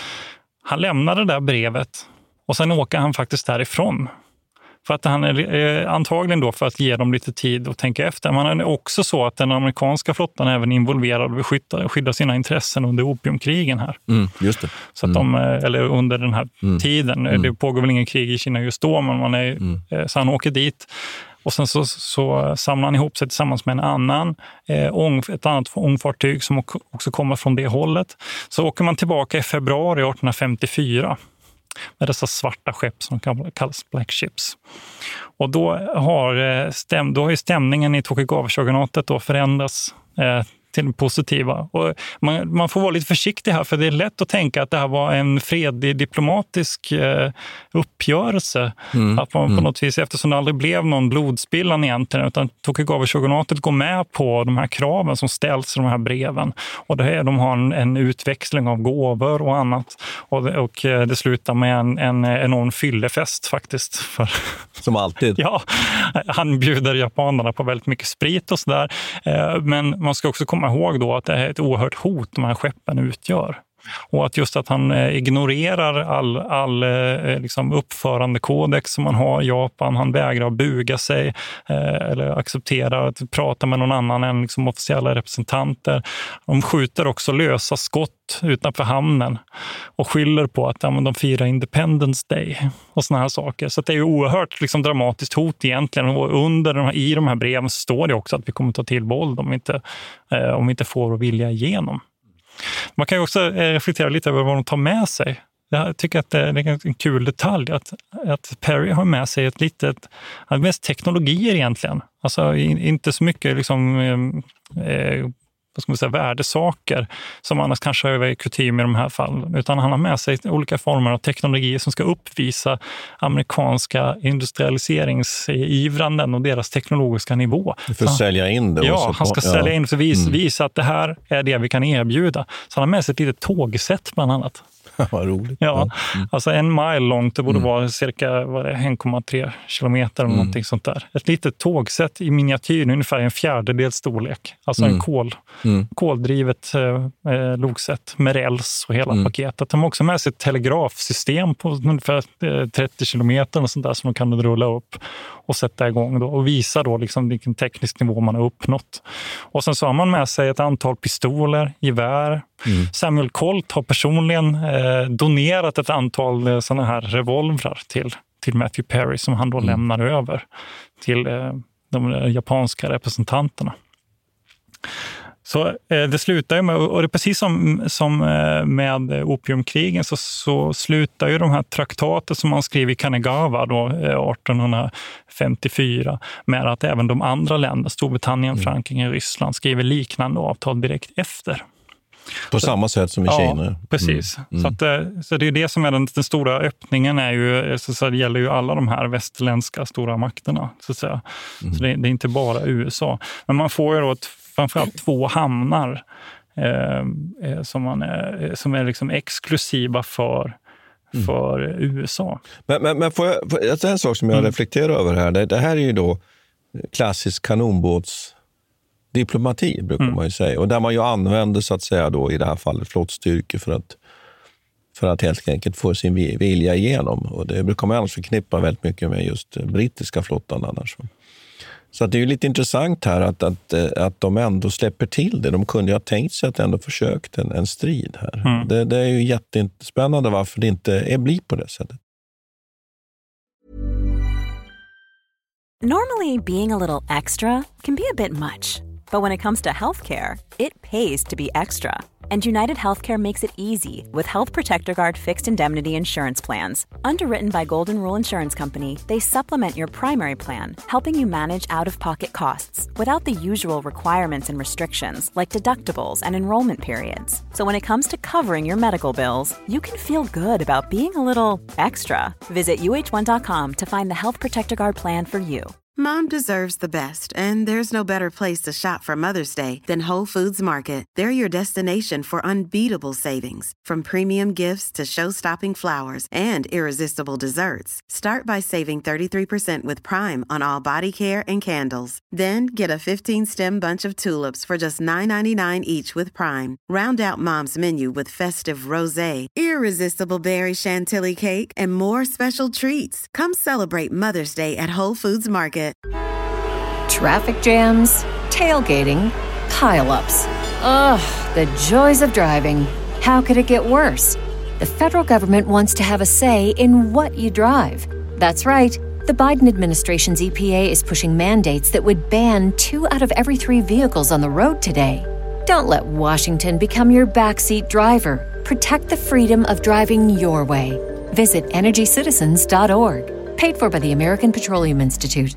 Han lämnar det där brevet och sen åker han faktiskt därifrån. För att han är eh, antagligen då för att ge dem lite tid att tänka efter. Men det är också så att den amerikanska flottan är även involverad och vill skydda, skydda sina intressen under opiumkrigen här. Mm, just det. Så att de, eller under den här mm. tiden. Mm. Det pågår väl ingen krig i Kina just då, men man är, mm. eh, så han åker dit. Och sen så, så samlar han ihop sig tillsammans med en annan, eh, ång, ett annat ångfartyg som också kommer från det hållet. Så åker man tillbaka i februari arton femtiofyra. Med dessa svarta skepp som kallas Black Ships. Och då har, stäm, då har ju stämningen i Tokugawa-shogunatet då förändrats eh, till det positiva. Och man, man får vara lite försiktig här, för det är lätt att tänka att det här var en fredlig diplomatisk eh, uppgörelse. Mm. Att man på mm. något vis, eftersom det aldrig blev någon blodspillan egentligen, utan Tokugawa-shogunatet går med på de här kraven som ställs i de här breven. Och det är, de har en, en utväxling av gåvor och annat. Och det, och det slutar med en, en enorm fyllefest faktiskt. För, som alltid. Ja, han bjuder japanerna på väldigt mycket sprit och sådär. Eh, men man ska också komma ihåg då att det är ett oerhört hot de här skeppen utgör. Och att just att han eh, ignorerar all, all eh, liksom uppförandekodex som man har i Japan. Han vägrar buga sig eh, eller acceptera att prata med någon annan än liksom officiella representanter. De skjuter också lösa skott utanför hamnen och skyller på att ja, men de firar Independence Day och såna här saker. Så det är ju oerhört liksom, dramatiskt hot egentligen. Och under de här, i de här breven står det också att vi kommer ta till våld om vi inte, eh, om vi inte får att vilja igenom. Man kan ju också reflektera lite över vad de tar med sig. Jag tycker att det är en kul detalj att, att Perry har med sig ett litet, mest teknologier egentligen. Alltså inte så mycket liksom, eh, vad ska man säga, värdesaker som annars kanske är kutym i de här fallen. Utan han har med sig olika former av teknologier som ska uppvisa amerikanska industrialiseringsivranden och deras teknologiska nivå. För att sälja in det. Ja, han ska sälja in och visa, mm. visa att det här är det vi kan erbjuda. Så han har med sig ett litet tågsätt bland annat. Vad roligt. Ja, Mm. alltså en mile långt, det borde Mm. vara cirka vad är det, en komma tre kilometer eller Mm. någonting sånt där. Ett litet tågsätt i miniatyr, ungefär en fjärdedels storlek. Alltså Mm. en kol, Mm. koldrivet eh, loksätt med räls och hela Mm. paketet. De har också med sig ett telegrafsystem på ungefär eh, trettio kilometer och sånt där som de kan rulla upp och sätta igång då, och visa då liksom vilken teknisk nivå man har uppnått. Och sen så har man med sig ett antal pistoler, gevär. Mm. Samuel Colt har personligen eh, donerat ett antal eh, sådana här revolvrar till, till Matthew Perry som han då Mm. lämnar över till eh, de eh, japanska representanterna. Så eh, det slutar ju med, och det är precis som, som eh, med opiumkrigen så, så slutar ju de här traktater som man skrev i Kanagawa då, eh, arton femtiofyra med att även de andra länderna, Storbritannien, Mm. Frankrike och Ryssland, skriver liknande avtal direkt efter. På samma sätt som i Ja, Kina. precis. Mm. Mm. Så, att, eh, så det är det som är den, den stora öppningen, är ju, så, så det gäller ju alla de här västerländska stora makterna. Så, att säga. Mm. Så det, det är inte bara U S A. Men man får ju då ett, framförallt två hamnar eh, eh, som, man är, som är liksom exklusiva för, Mm. för U S A. Men, men, men får jag, får jag, en sak som jag Mm. reflekterar över här, det, det här är ju då klassisk kanonbåtsdiplomati brukar Mm. man ju säga. Och där man ju använder så att säga då i det här fallet flottstyrkor för att, för att helt enkelt få sin vilja igenom. Och det brukar man annars förknippa väldigt mycket med just brittiska flottan annars. Så att det är ju lite intressant här att, att, att de ändå släpper till det. De kunde ju ha tänkt sig att de ändå försökt en, en strid här. Mm. Det, det är ju jättespännande varför det inte är blir på det sättet. Normally, being a little extra can be a bit much, but when it comes to healthcare, it pays to be extra. And United Healthcare makes it easy with Health Protector Guard fixed indemnity insurance plans. Underwritten by Golden Rule Insurance Company, they supplement your primary plan, helping you manage out-of-pocket costs without the usual requirements and restrictions like deductibles and enrollment periods. So when it comes to covering your medical bills, you can feel good about being a little extra. Visit U H one dot com to find the Health Protector Guard plan for you. Mom deserves the best, and there's no better place to shop for Mother's Day than Whole Foods Market. They're your destination for unbeatable savings, from premium gifts to show-stopping flowers and irresistible desserts. Start by saving thirty-three percent with Prime on all body care and candles. Then get a fifteen-stem bunch of tulips for just nine ninety-nine each with Prime. Round out Mom's menu with festive rosé, irresistible berry chantilly cake, and more special treats. Come celebrate Mother's Day at Whole Foods Market. Traffic jams, tailgating, pile-ups. Ugh, the joys of driving. How could it get worse? The federal government wants to have a say in what you drive. That's right. The Biden administration's E P A is pushing mandates that would ban two out of every three vehicles on the road today. Don't let Washington become your backseat driver. Protect the freedom of driving your way. Visit energy citizens dot org. Paid for by the American Petroleum Institute.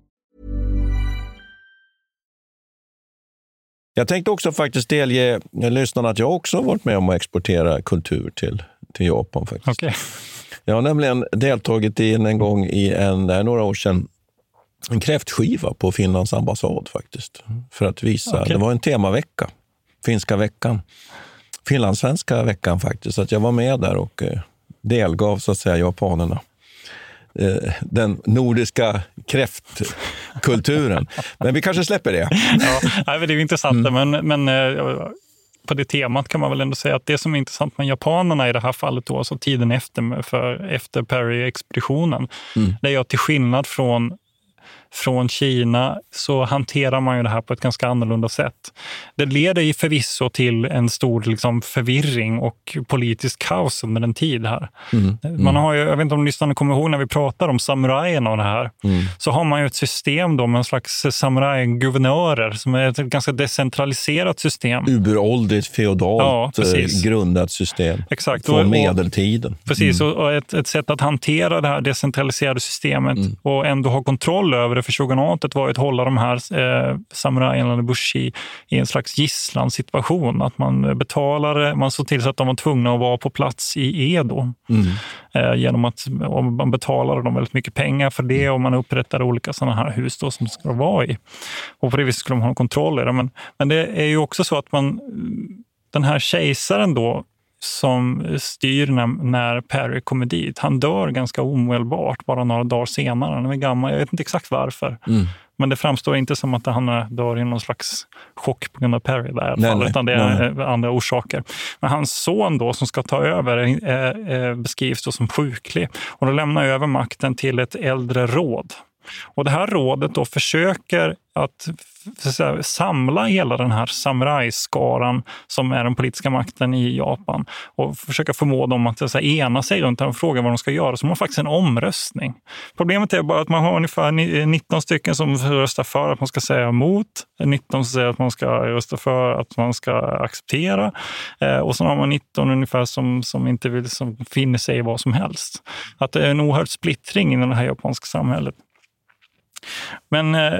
Jag tänkte också faktiskt delge lyssnarna att jag också har varit med om att exportera kultur till, till Japan faktiskt. Okay. Jag har nämligen deltagit i en, en gång i en, några år sedan en kräftskiva på Finlands ambassad faktiskt. För att visa, okay. Det var en temavecka, finska veckan, finlandssvenska veckan faktiskt. Så att jag var med där och delgav så att säga japanerna den nordiska kräftkulturen. Men vi kanske släpper det. Ja, det är ju intressant, mm. men, men på det temat kan man väl ändå säga att det som är intressant med japanerna i det här fallet då, alltså tiden efter, för, efter Perry-expeditionen, mm. det är ju att till skillnad från från Kina så hanterar man ju det här på ett ganska annorlunda sätt. Det leder ju förvisso till en stor liksom, förvirring och politisk kaos under en tid här. Mm. Mm. Man har ju, jag vet inte om lyssnarna kommer ihåg när vi pratar om samurajerna och det här, mm. så har man ju ett system då med en slags samurajguvernörer som är ett ganska decentraliserat system. Uberåldrigt, feodalt, ja, grundat system. Exakt. Från medeltiden. Precis, mm. och ett, ett sätt att hantera det här decentraliserade systemet mm. och ändå ha kontroll över det. För shogunatet var ju att hålla de här eh, samurajerna eller bushi i en slags gisslansituation. Att man betalade, man såg till så att de var tvungna att vara på plats i Edo. Mm. Eh, genom att man betalade dem väldigt mycket pengar för det och man upprättade olika sådana här hus då som ska vara i. Och på det viset skulle de ha kontroll i det. Men, men det är ju också så att man, den här kejsaren då, som styr när, när Perry kommer dit. Han dör ganska omedelbart, bara några dagar senare. Han är gammal, jag vet inte exakt varför. Mm. Men det framstår inte som att han dör i någon slags chock på grund av Perry där, i alla Nej, fall, nej, utan det är nej. andra orsaker. Men hans son då som ska ta över eh, eh, beskrivs då som sjuklig. Och då lämnar över makten till ett äldre råd. Och det här rådet då försöker att, att säga, samla hela den här samurajskaran som är den politiska makten i Japan och försöka förmå dem att, att säga, ena sig runt och fråga vad de ska göra. Så man har faktiskt en omröstning. Problemet är bara att man har ungefär nitton stycken som röstar för att man ska säga emot, nitton som säger att man ska rösta för att man ska acceptera, eh, och så har man nitton ungefär som, som inte vill, som finner sig i vad som helst. Att det är en oerhörd splittring i det här japanska samhället. Men eh,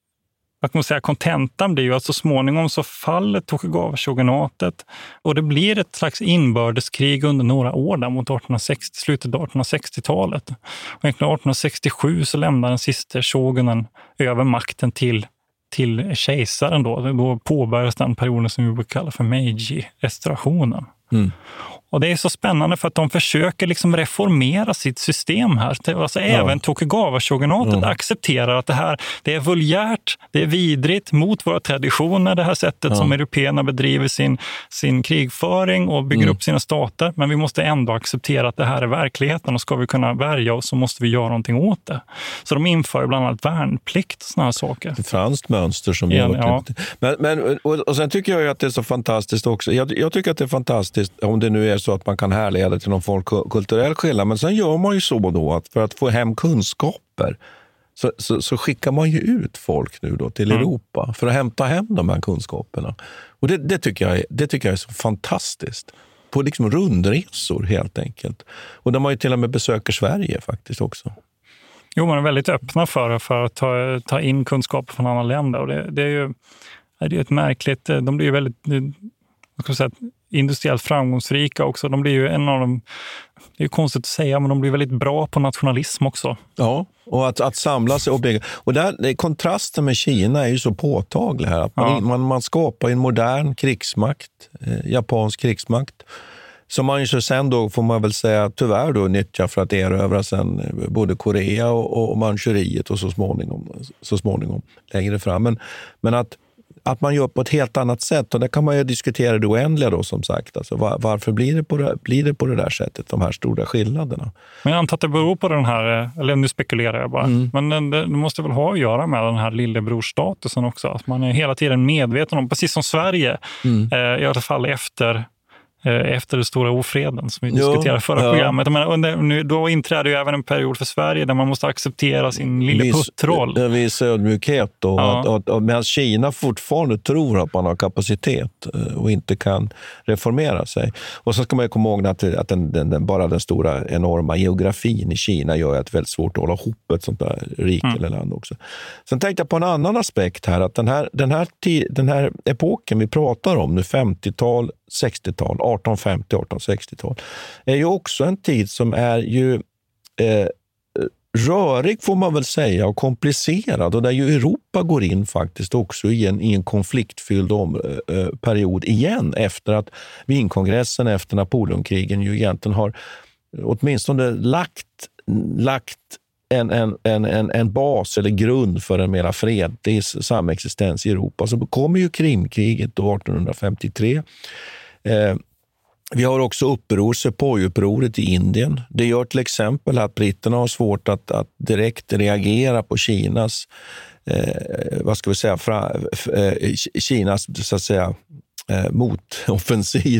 jag kan säga kontentan blir ju att så småningom så faller Tokugawa-shogunatet och det blir ett slags inbördeskrig under några år där mot artonhundrasextio, slutet av artonhundrasextiotalet. Och egentligen artonhundrasextiosju så lämnar den sista shogunen över makten till, till kejsaren då. Då påbörjas den perioden som vi brukar kalla för Meiji-restaurationen. Mm. Och det är så spännande för att de försöker liksom reformera sitt system här. Alltså ja. Även Tokugawa-shogunatet mm. accepterar att det här det är vulgärt, det är vidrigt mot våra traditioner, det här sättet ja. som européerna bedriver sin, sin krigföring och bygger mm. upp sina stater. Men vi måste ändå acceptera att det här är verkligheten och ska vi kunna värja oss så måste vi göra någonting åt det. Så de inför bland annat värnplikt och såna här saker. Ett franskt mönster som ja, gör ja. Men, men, och, och sen tycker jag ju att det är så fantastiskt också. Jag, jag tycker att det är fantastiskt om det nu är så att man kan härleda till någon folkkulturell skillnad. Men sen gör man ju så då att för att få hem kunskaper så, så, så skickar man ju ut folk nu då till mm. Europa för att hämta hem de här kunskaperna. Och det, det, tycker jag är, det tycker jag är så fantastiskt. På liksom rundresor helt enkelt. Och de har ju till och med besöker Sverige faktiskt också. Jo, man är väldigt öppna för, för att ta, ta in kunskaper från andra länder. Och det, det är ju det är ett märkligt... De blir ju väldigt... Jag kan säga, industriellt framgångsrika också. De blir ju en av dem, det är ju konstigt att säga, men de blir väldigt bra på nationalism också. Ja, och att, att samla sig och bygga. Och där, kontrasten med Kina är ju så påtaglig här. Att man, ja. man, man skapar en modern krigsmakt, eh, japansk krigsmakt, som man ju sen då, får man väl säga, tyvärr då nyttjar för att erövra sen både Korea och, och Manchuriet och så småningom, så småningom längre fram. Men, men att Att man gör på ett helt annat sätt. Och det kan man ju diskutera det oändliga då, som sagt. Alltså, var, varför blir det, på det, blir det på det där sättet, de här stora skillnaderna? Men jag antar att det beror på den här, eller nu spekulerar jag bara. Mm. Men det, det måste väl ha att göra med den här lillebrorstatusen också. Att man är hela tiden medveten om, precis som Sverige, mm. eh, i alla fall efter... efter det stora ofreden som vi jo, diskuterade förra ja. programmet. Men nu, då inträder ju även en period för Sverige där man måste acceptera sin lille puttroll. En viss ödmjukhet då. Ja. Att, att, att, medan Kina fortfarande tror att man har kapacitet och inte kan reformera sig. Och så ska man ju komma ihåg att, att den, den, den, bara den stora enorma geografin i Kina gör att det är väldigt svårt att hålla ihop ett sånt där rike mm. eller land också. Sen tänkte jag på en annan aspekt här. Att den här, den här, den här epoken vi pratar om nu, femtiotal, sextiotal, arton femtio arton sextiotal, är ju också en tid som är ju eh, rörig får man väl säga och komplicerad, och där ju Europa går in faktiskt också i en, i en konfliktfylld om, eh, period igen efter att Wienkongressen efter Napoleonkrigen ju egentligen har åtminstone lagt, lagt En, en, en, en bas eller grund för en mera fredlig samexistens i Europa. Så kommer ju Krimkriget då arton femtiotre. Eh, vi har också uppror, Sepoy-upproret i Indien. Det gör till exempel att britterna har svårt att, att direkt reagera på Kinas eh, vad ska vi säga fra, eh, Kinas så att säga Eh, motoffensiv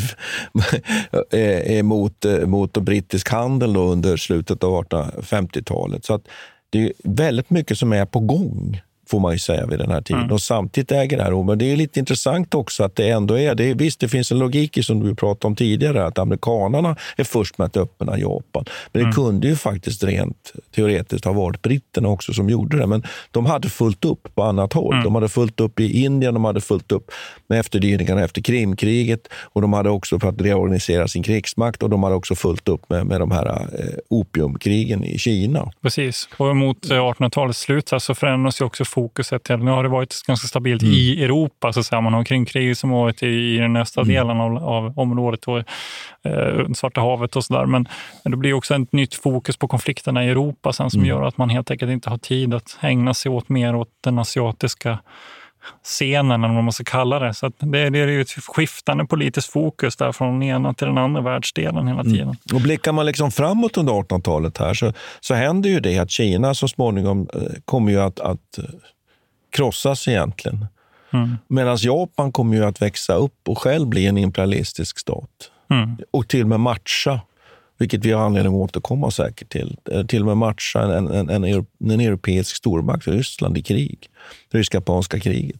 eh, mot, eh, mot brittisk handel då under slutet av arton femtiotalet. Så att det är väldigt mycket som är på gång, får man ju säga, vid den här tiden. Mm. Och samtidigt äger det här. Men det är lite intressant också att det ändå är, det är visst det finns en logik i, som du pratade om tidigare, att amerikanerna är först med att öppna Japan. Men det mm. kunde ju faktiskt rent teoretiskt ha varit britterna också som gjorde det. Men de hade fullt upp på annat håll. Mm. De hade fullt upp i Indien, de hade fullt upp med efterdyningarna efter Krimkriget, och de hade också för att reorganisera sin krigsmakt, och de hade också fullt upp med, med de här eh, opiumkrigen i Kina. Precis. Och mot artonhundratalets slut så förändras ju också fokuset till. Nu har det varit ganska stabilt mm. i Europa, så att säga. Man har kring krig som har varit i, i den östra mm. delen av, av området och eh, Svarta havet och sådär. Men, men det blir också ett nytt fokus på konflikterna i Europa sen som mm. gör att man helt enkelt inte har tid att ägna sig åt mer åt den asiatiska scenen, eller vad man ska kalla det. Så att det, det är ju ett skiftande politiskt fokus där från den ena till den andra världsdelen hela tiden. Mm. Och blickar man liksom framåt under artonhundratalet här så, så händer ju det att Kina så småningom eh, kommer ju att, att krossas egentligen. Mm. Medan Japan kommer ju att växa upp och själv bli en imperialistisk stat. Mm. Och till och med matcha, vilket vi har anledning att återkomma säkert till, till och med matcha en, en, en, en europeisk stormakt, Ryssland, i krig. Det rysk-japanska kriget.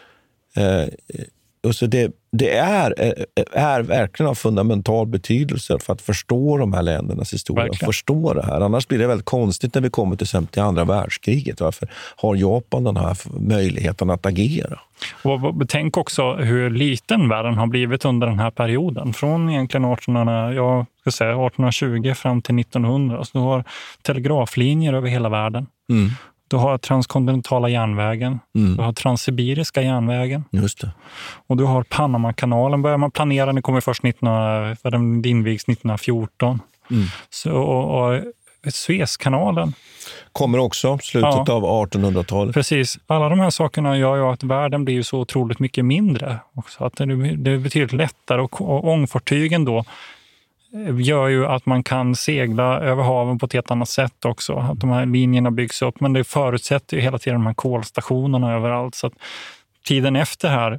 Eh, och så det, det är, är verkligen av fundamental betydelse för att förstå de här ländernas historia och förstå det här. Annars blir det väldigt konstigt när vi kommer till exempel till andra världskriget. Varför har Japan den här möjligheten att agera? Och betänk också hur liten världen har blivit under den här perioden. Från egentligen artonhundra, jag ska säga artonhundratjugo fram till nittonhundra. Så du har telegraflinjer över hela världen. Mm. Du har transkontinentala järnvägen. Mm. Du har transsibiriska järnvägen. Just det. Och du har Panamakanalen. Börjar man planera, den kommer först nitton, för den invigs nittonhundrafjorton. Mm. Så, och, och Suezkanalen kommer också slutet ja. av artonhundratalet. Precis. Alla de här sakerna gör ju att världen blir ju så otroligt mycket mindre också. Att det, det är betydligt lättare och, och ångfartygen då gör ju att man kan segla över haven på ett helt annat sätt också. Att de här linjerna byggs upp. Men det förutsätter ju hela tiden de här kolstationerna överallt. Så att tiden efter här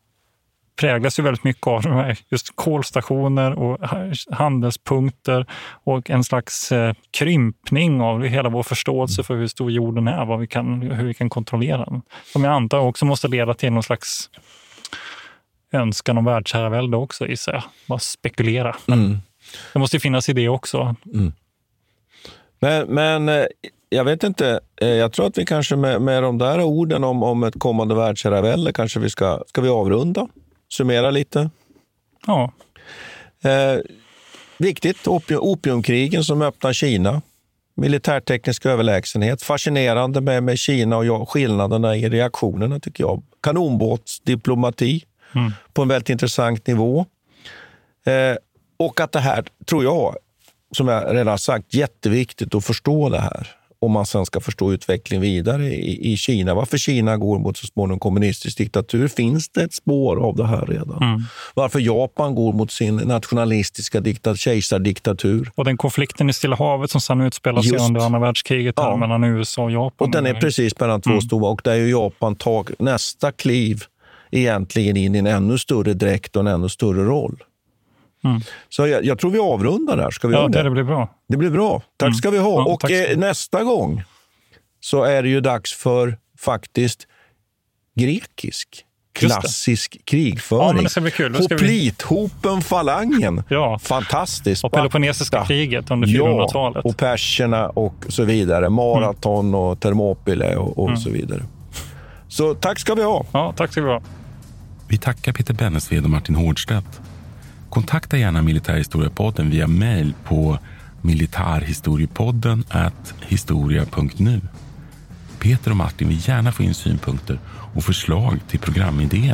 präglas ju väldigt mycket av de här just kolstationer och handelspunkter och en slags eh, krympning av hela vår förståelse för hur stor jorden är, vad vi kan, hur vi kan kontrollera den. Som jag antar också måste leda till någon slags önskan om världsherravälde också i sig. Bara spekulera. Mm. Det måste finnas i det också. Mm. Men, men jag vet inte, jag tror att vi kanske med, med de där orden om, om ett kommande världsherravälde kanske vi ska, ska vi avrunda? Summera lite? Ja. Eh, viktigt, opium, opiumkrigen som öppnar Kina. Militärteknisk överlägsenhet. Fascinerande med, med Kina och jag, skillnaderna i reaktionerna tycker jag. Kanonbåtsdiplomati mm. på en väldigt intressant nivå. Eh, och att det här, tror jag, som jag redan sagt, jätteviktigt att förstå det här. Om man sen ska förstå utvecklingen vidare i, i Kina. Varför Kina går mot så småningom kommunistisk diktatur. Finns det ett spår av det här redan? Mm. Varför Japan går mot sin nationalistiska diktat, kejsardiktatur. Och den konflikten i Stilla havet som sedan utspelar sig under andra världskriget ja. mellan U S A och Japan. Och den är precis mellan två mm. stora. Och där är ju Japan tar nästa kliv egentligen in i en ännu större dräkt och en ännu större roll. Mm. Så jag, jag tror vi avrundar där. Ska vi ja, det? det blir bra. Det blir bra. Tack mm. ska vi ha. Ja, och eh, nästa gång så är det ju dags för faktiskt grekisk klassisk krigföring. Ja, men det ska bli kul. Hoplithopen falangen. ja. Fantastiskt. Och Peloponnesiska kriget under fyrahundratalet. Ja, och perserna och så vidare. Maraton mm. och Thermopyle och, och mm. så vidare. Så tack ska vi ha. Ja, tack ska vi ha. Vi tackar Peter Bennesved och Martin Hårdstedt. Kontakta gärna Militärhistoriepodden via mejl på militarhistoriepodden at historia punkt nu. Peter och Martin vill gärna få in synpunkter och förslag till programidéer.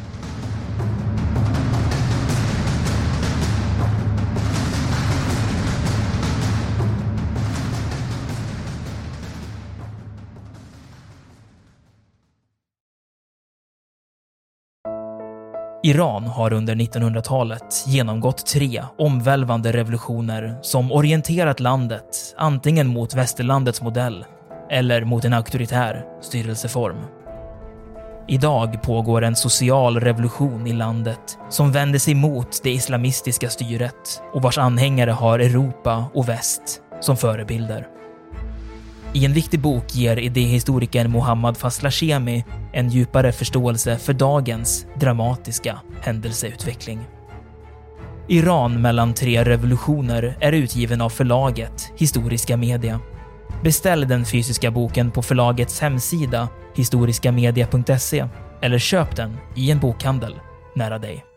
Iran har under nittonhundratalet genomgått tre omvälvande revolutioner som orienterat landet antingen mot västerlandets modell eller mot en auktoritär styrelseform. Idag pågår en social revolution i landet som vänder sig mot det islamistiska styret och vars anhängare har Europa och väst som förebilder. I en viktig bok ger idéhistorikern Mohammad Faslashemi en djupare förståelse för dagens dramatiska händelseutveckling. Iran mellan tre revolutioner är utgiven av förlaget Historiska Media. Beställ den fysiska boken på förlagets hemsida historiskamedia punkt se eller köp den i en bokhandel nära dig.